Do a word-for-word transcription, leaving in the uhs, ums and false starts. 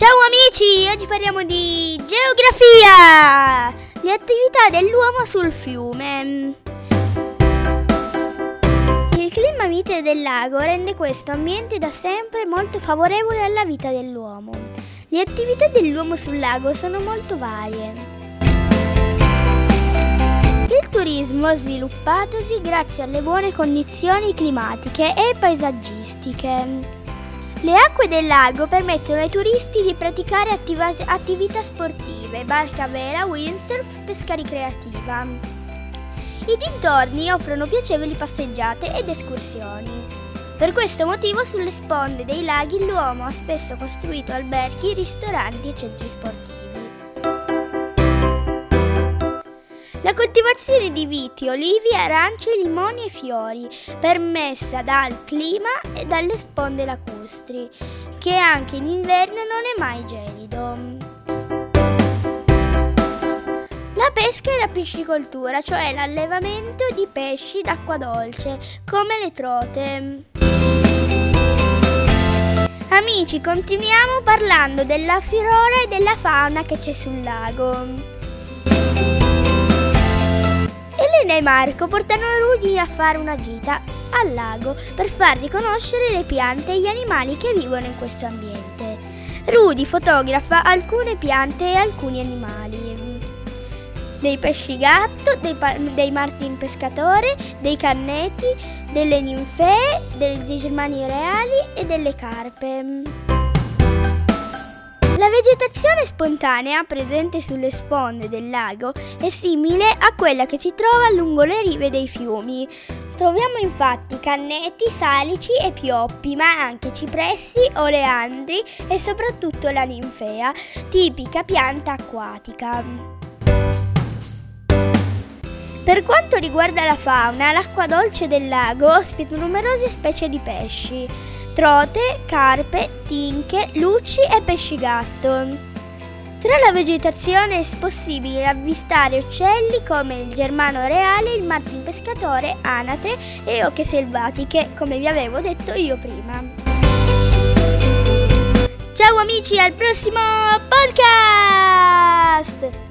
Ciao amici, oggi parliamo di geografia, le attività dell'uomo sul fiume. Il clima mite del lago rende questo ambiente da sempre molto favorevole alla vita dell'uomo. Le attività dell'uomo sul lago sono molto varie. Il turismo è sviluppatosi grazie alle buone condizioni climatiche e paesaggistiche. Le acque del lago permettono ai turisti di praticare attiva- attività sportive, barca a vela, windsurf, pesca ricreativa. I dintorni offrono piacevoli passeggiate ed escursioni. Per questo motivo sulle sponde dei laghi l'uomo ha spesso costruito alberghi, ristoranti e centri sportivi. La coltivazione di viti, olivi, arance, limoni e fiori, permessa dal clima e dalle sponde lacustri, che anche in inverno non è mai gelido. La pesca e la piscicoltura, cioè l'allevamento di pesci d'acqua dolce, come le trote. Amici, continuiamo parlando della flora e della fauna che c'è sul lago. Elena e Marco portano Rudy a fare una gita al lago per fargli conoscere le piante e gli animali che vivono in questo ambiente. Rudy fotografa alcune piante e alcuni animali: dei pesci gatto, dei, pa- dei martin pescatore, dei canneti, delle ninfee, dei germani reali e delle carpe. La vegetazione spontanea presente sulle sponde del lago è simile a quella che si trova lungo le rive dei fiumi. Troviamo infatti canneti, salici e pioppi, ma anche cipressi, oleandri e soprattutto la ninfea, tipica pianta acquatica. Per quanto riguarda la fauna, l'acqua dolce del lago ospita numerose specie di pesci: trote, carpe, tinche, lucci e pesci gatto. Tra la vegetazione è possibile avvistare uccelli come il germano reale, il martin pescatore, anatre e oche selvatiche, come vi avevo detto io prima. Ciao amici, al prossimo podcast!